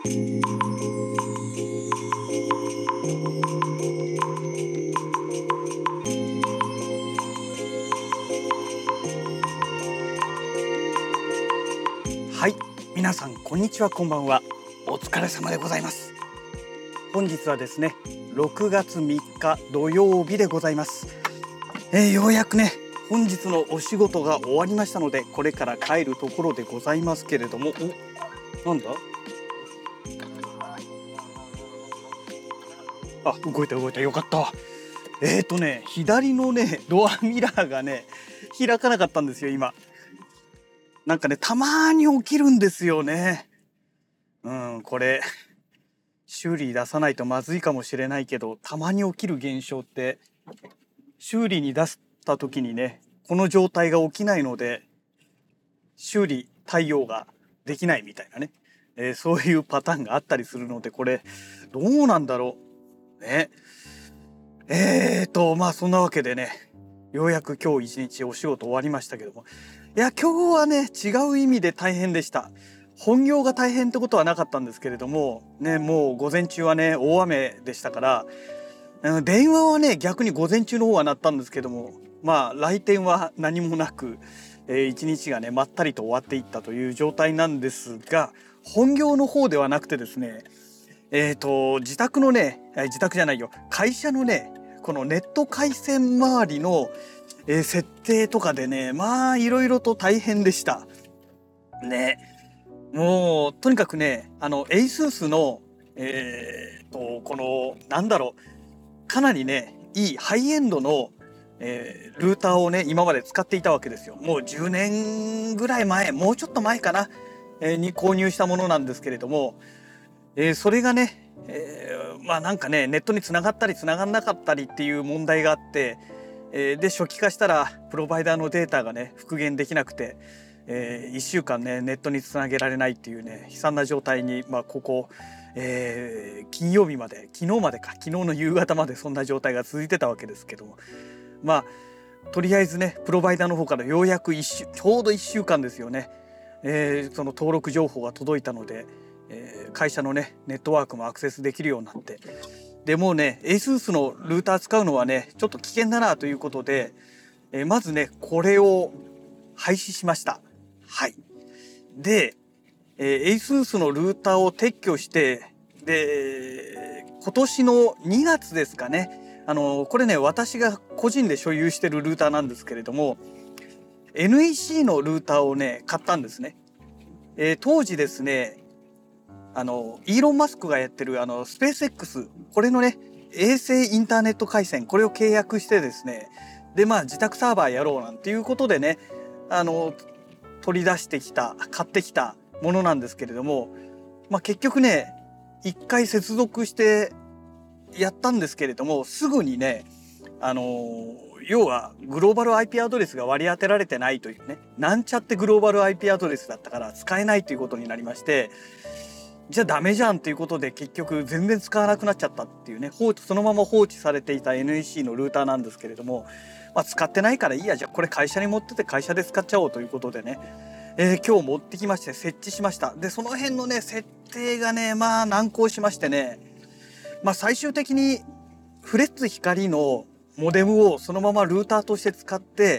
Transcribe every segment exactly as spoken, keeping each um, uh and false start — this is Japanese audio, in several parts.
はい、皆さんこんにちは、こんばんは。お疲れ様でございます。本日はですね、ろくがつみっか土曜日でございます。えー、ようやくね、本日のお仕事が終わりましたので、これから帰るところでございますけれども、お、なんだ？あ、動いた動いた、よかった。えーとね、左のね、ドアミラーがね、開かなかったんですよ、今。なんかね、たまーに起きるんですよね。うん、これ、修理出さないとまずいかもしれないけど、たまに起きる現象って、修理に出した時にね、この状態が起きないので、修理対応ができないみたいなね、えーそういうパターンがあったりするので、これ、どうなんだろう。ね。えーと、まあそんなわけでね、ようやく今日一日お仕事終わりましたけども、いや、今日はね、違う意味で大変でした。本業が大変ってことはなかったんですけれども、ね、もう午前中はね、大雨でしたから、うん、電話はね、逆に午前中の方は鳴ったんですけども、まあ、来店は何もなく、えー一日がね、まったりと終わっていったという状態なんですが、本業の方ではなくてですね、えーと、自宅のね、え自宅じゃないよ、会社のね、このネット回線周りの、えー設定とかでね、まあ、いろいろと大変でした。ね。もう、とにかくね、あの、エイスース の、えーと、この、なんだろう、かなりね、いいハイエンドの、えールーターをね、今まで使っていたわけですよ。もうじゅうねんぐらい前、もうちょっと前かな、えーに購入したものなんですけれども、えーそれがね、えーまあなんかね、ネットにつながったりつながんなかったりっていう問題があって、えーで初期化したらプロバイダーのデータがね復元できなくて、えー、いっしゅうかんねネットにつなげられないっていうね悲惨な状態に、まあ、ここ、えー金曜日まで昨日までか昨日の夕方までそんな状態が続いてたわけですけども、まあとりあえずねプロバイダーの方からようやく一週ちょうどいっしゅうかんですよね、えーその登録情報が届いたので、えー会社のねネットワークもアクセスできるようになって、でもうね エイスース のルーター使うのはねちょっと危険だなということで、えーまずねこれを廃止しました。はい。で、えー、エイスース のルーターを撤去して、で今年のにがつですかね、あのこれね私が個人で所有してるルーターなんですけれども、 エヌイーシー のルーターをね買ったんですね。えー当時ですね、あのイーロン・マスクがやってるあのスペース X、 これのね衛星インターネット回線、これを契約してですね、でまあ自宅サーバーやろうなんていうことでね、あの取り出してきた買ってきたものなんですけれども、まあ、結局ね一回接続してやったんですけれども、すぐにねあの要はグローバル アイピー アドレスが割り当てられてないというね、なんちゃってグローバル アイピー アドレスだったから使えないということになりまして、じゃあダメじゃんということで結局全然使わなくなっちゃったっていうね、放置そのまま放置されていた エヌイーシー のルーターなんですけれども、まあ、使ってないからいいや、じゃあこれ会社に持ってて会社で使っちゃおうということでね、えー今日持ってきまして設置しました。でその辺のね設定がねまあ難航しましてね、まあ最終的にフレッツ光のモデムをそのままルーターとして使って、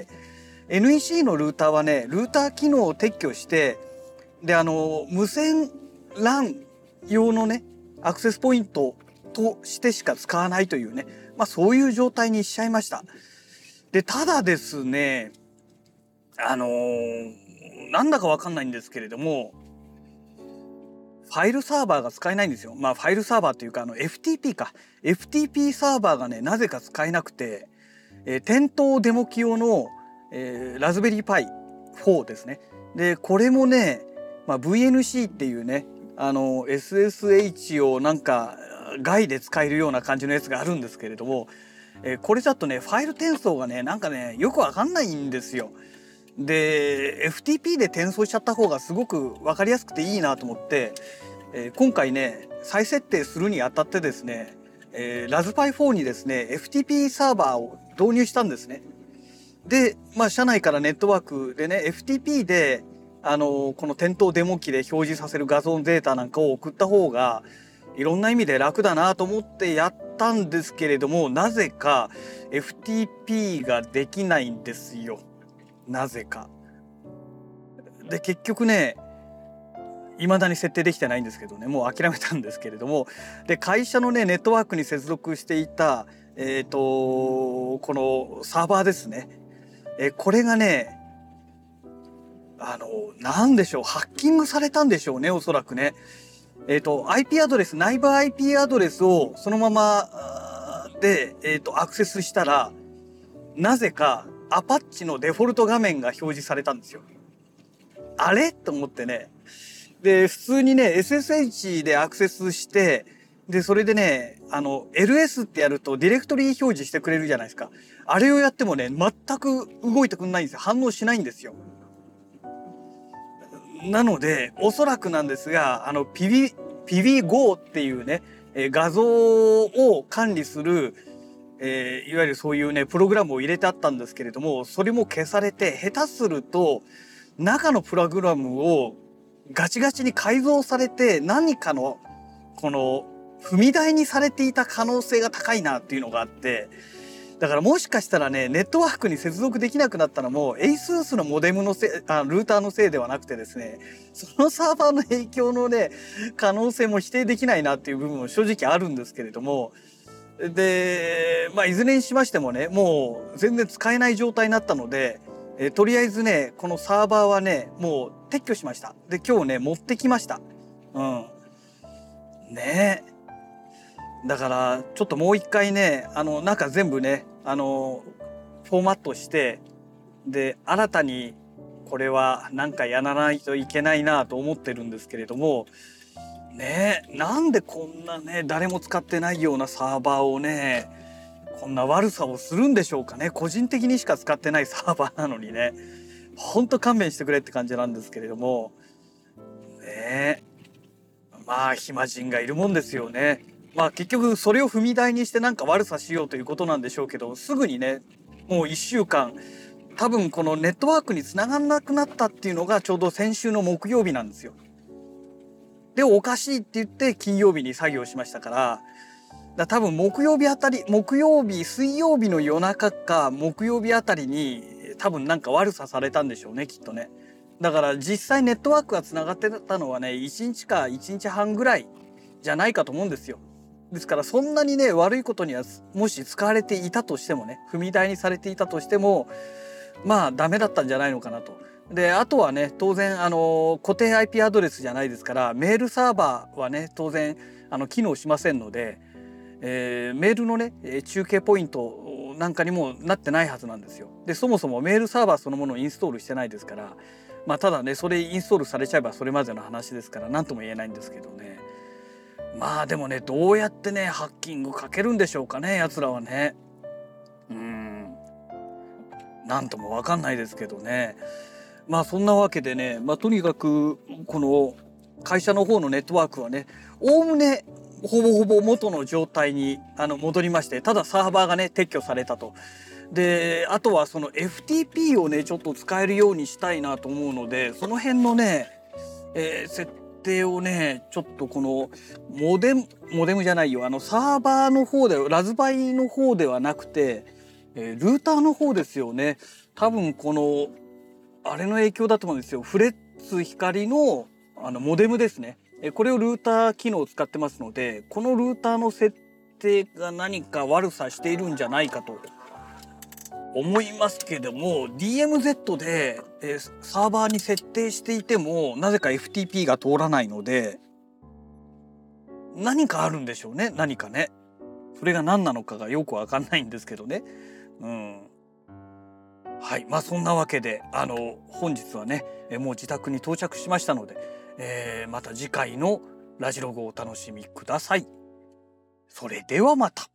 エヌイーシー のルーターはねルーター機能を撤去して、であの無線 ラン 用のねアクセスポイントとしてしか使わないというね、まあそういう状態にしちゃいました。でただですね、あのーなんだかわかんないんですけれども、ファイルサーバーが使えないんですよ。まあファイルサーバーというかあの エフティーピー か エフティーピー サーバーがねなぜか使えなくて、えー店頭デモ機用の、えーラズベリーパイフォーですね。でこれもね、まあ、ブイエヌシー っていうねあの エスエスエイチ をなんか外で使えるような感じのやつがあるんですけれども、えーこれだとねファイル転送がねなんかねよくわかんないんですよ。で エフティーピー で転送しちゃった方がすごく分かりやすくていいなと思って、えー今回ね再設定するにあたってですね、えー、ラズパイフォーにですね エフティーピー サーバーを導入したんですね。で、まあ、社内からネットワークでね エフティーピー であのこの店頭デモ機で表示させる画像データなんかを送った方がいろんな意味で楽だなと思ってやったんですけれども、なぜか エフティーピー ができないんですよ。なぜか。で結局ね、未だに設定できてないんですけどね、もう諦めたんですけれども、で会社のねネットワークに接続していたえっとこのサーバーですね、えこれがね、あのなんでしょう、ハッキングされたんでしょうね、おそらくね。えっと アイピー アドレス、内部 アイピー アドレスをそのままで、えっとアクセスしたら、なぜかアパッチのデフォルト画面が表示されたんですよ。あれと思ってね。で普通にね エスエスエイチ でアクセスして、でそれでねあの エルエス ってやるとディレクトリ表示してくれるじゃないですか。あれをやってもね全く動いてくんないんですよ。反応しないんですよ。なのでおそらくなんですが、あの ピビピビゴー っていうね画像を管理する、えー、いわゆるそういうねプログラムを入れてあったんですけれども、それも消されて、下手すると中のプログラムをガチガチに改造されて、何かのこの踏み台にされていた可能性が高いなっていうのがあって、だからもしかしたらねネットワークに接続できなくなったのも エイスース のモデムのせい、あルーターのせいではなくてですね、そのサーバーの影響のね可能性も否定できないなっていう部分も正直あるんですけれども、でまあいずれにしましてもね、もう全然使えない状態になったので、えとりあえずねこのサーバーはねもう撤去しました。で今日ね持ってきました。うんねえ、だからちょっともう一回ね、あの中全部ねあのフォーマットして、で新たにこれは何かやらないといけないなと思ってるんですけれどもね、なんでこんなね誰も使ってないようなサーバーをねこんな悪さをするんでしょうかね。個人的にしか使ってないサーバーなのにね、ほんと勘弁してくれって感じなんですけれどもね。まあ暇人がいるもんですよね。まあ結局それを踏み台にしてなんか悪さしようということなんでしょうけど、すぐにねもういっしゅうかん多分このネットワークにつながんなくなったっていうのがちょうど先週の木曜日なんですよ。でおかしいって言って金曜日に作業しましたから、だ多分木曜日あたり、木曜日水曜日の夜中か木曜日あたりに多分なんか悪さされたんでしょうね、きっとね。だから実際ネットワークがつながってたのはねいちにちかいちにちはんぐらいじゃないかと思うんですよ。ですからそんなにね悪いことにはもし使われていたとしてもね、踏み台にされていたとしてもまあダメだったんじゃないのかなと。であとはね当然あの固定 アイピー アドレスじゃないですから、メールサーバーはね当然あの機能しませんので、えー、メールのね中継ポイントなんかにもなってないはずなんですよ。でそもそもメールサーバーそのものをインストールしてないですから、まあただねそれインストールされちゃえばそれまでの話ですから何とも言えないんですけどね。まあでもねどうやってねハッキングかけるんでしょうかね、やつらはね。うーんなんとも分かんないですけどね。まあそんなわけでね、まあ、とにかくこの会社の方のネットワークはねおおむねほぼほぼ元の状態にあの戻りまして、ただサーバーがね撤去されたと。であとはその エフティーピー をねちょっと使えるようにしたいなと思うので、その辺のね、えー、設定をねちょっとこのモデムモデムじゃないよ、あのサーバーの方でラズバイの方ではなくて、えー、ルーターの方ですよね。多分このあれの影響だと思うんですよ。フレッツ光のあのモデムですね。これをルーター機能を使ってますので、このルーターの設定が何か悪さしているんじゃないかと思いますけども、 ディーエムゼット でサーバーに設定していてもなぜか エフティーピー が通らないので、何かあるんでしょうね、何かね。それが何なのかがよくわかんないんですけどね。うんはい、まあそんなわけであの本日はねもう自宅に到着しましたので、えー、また次回のラジログをお楽しみください。それではまた。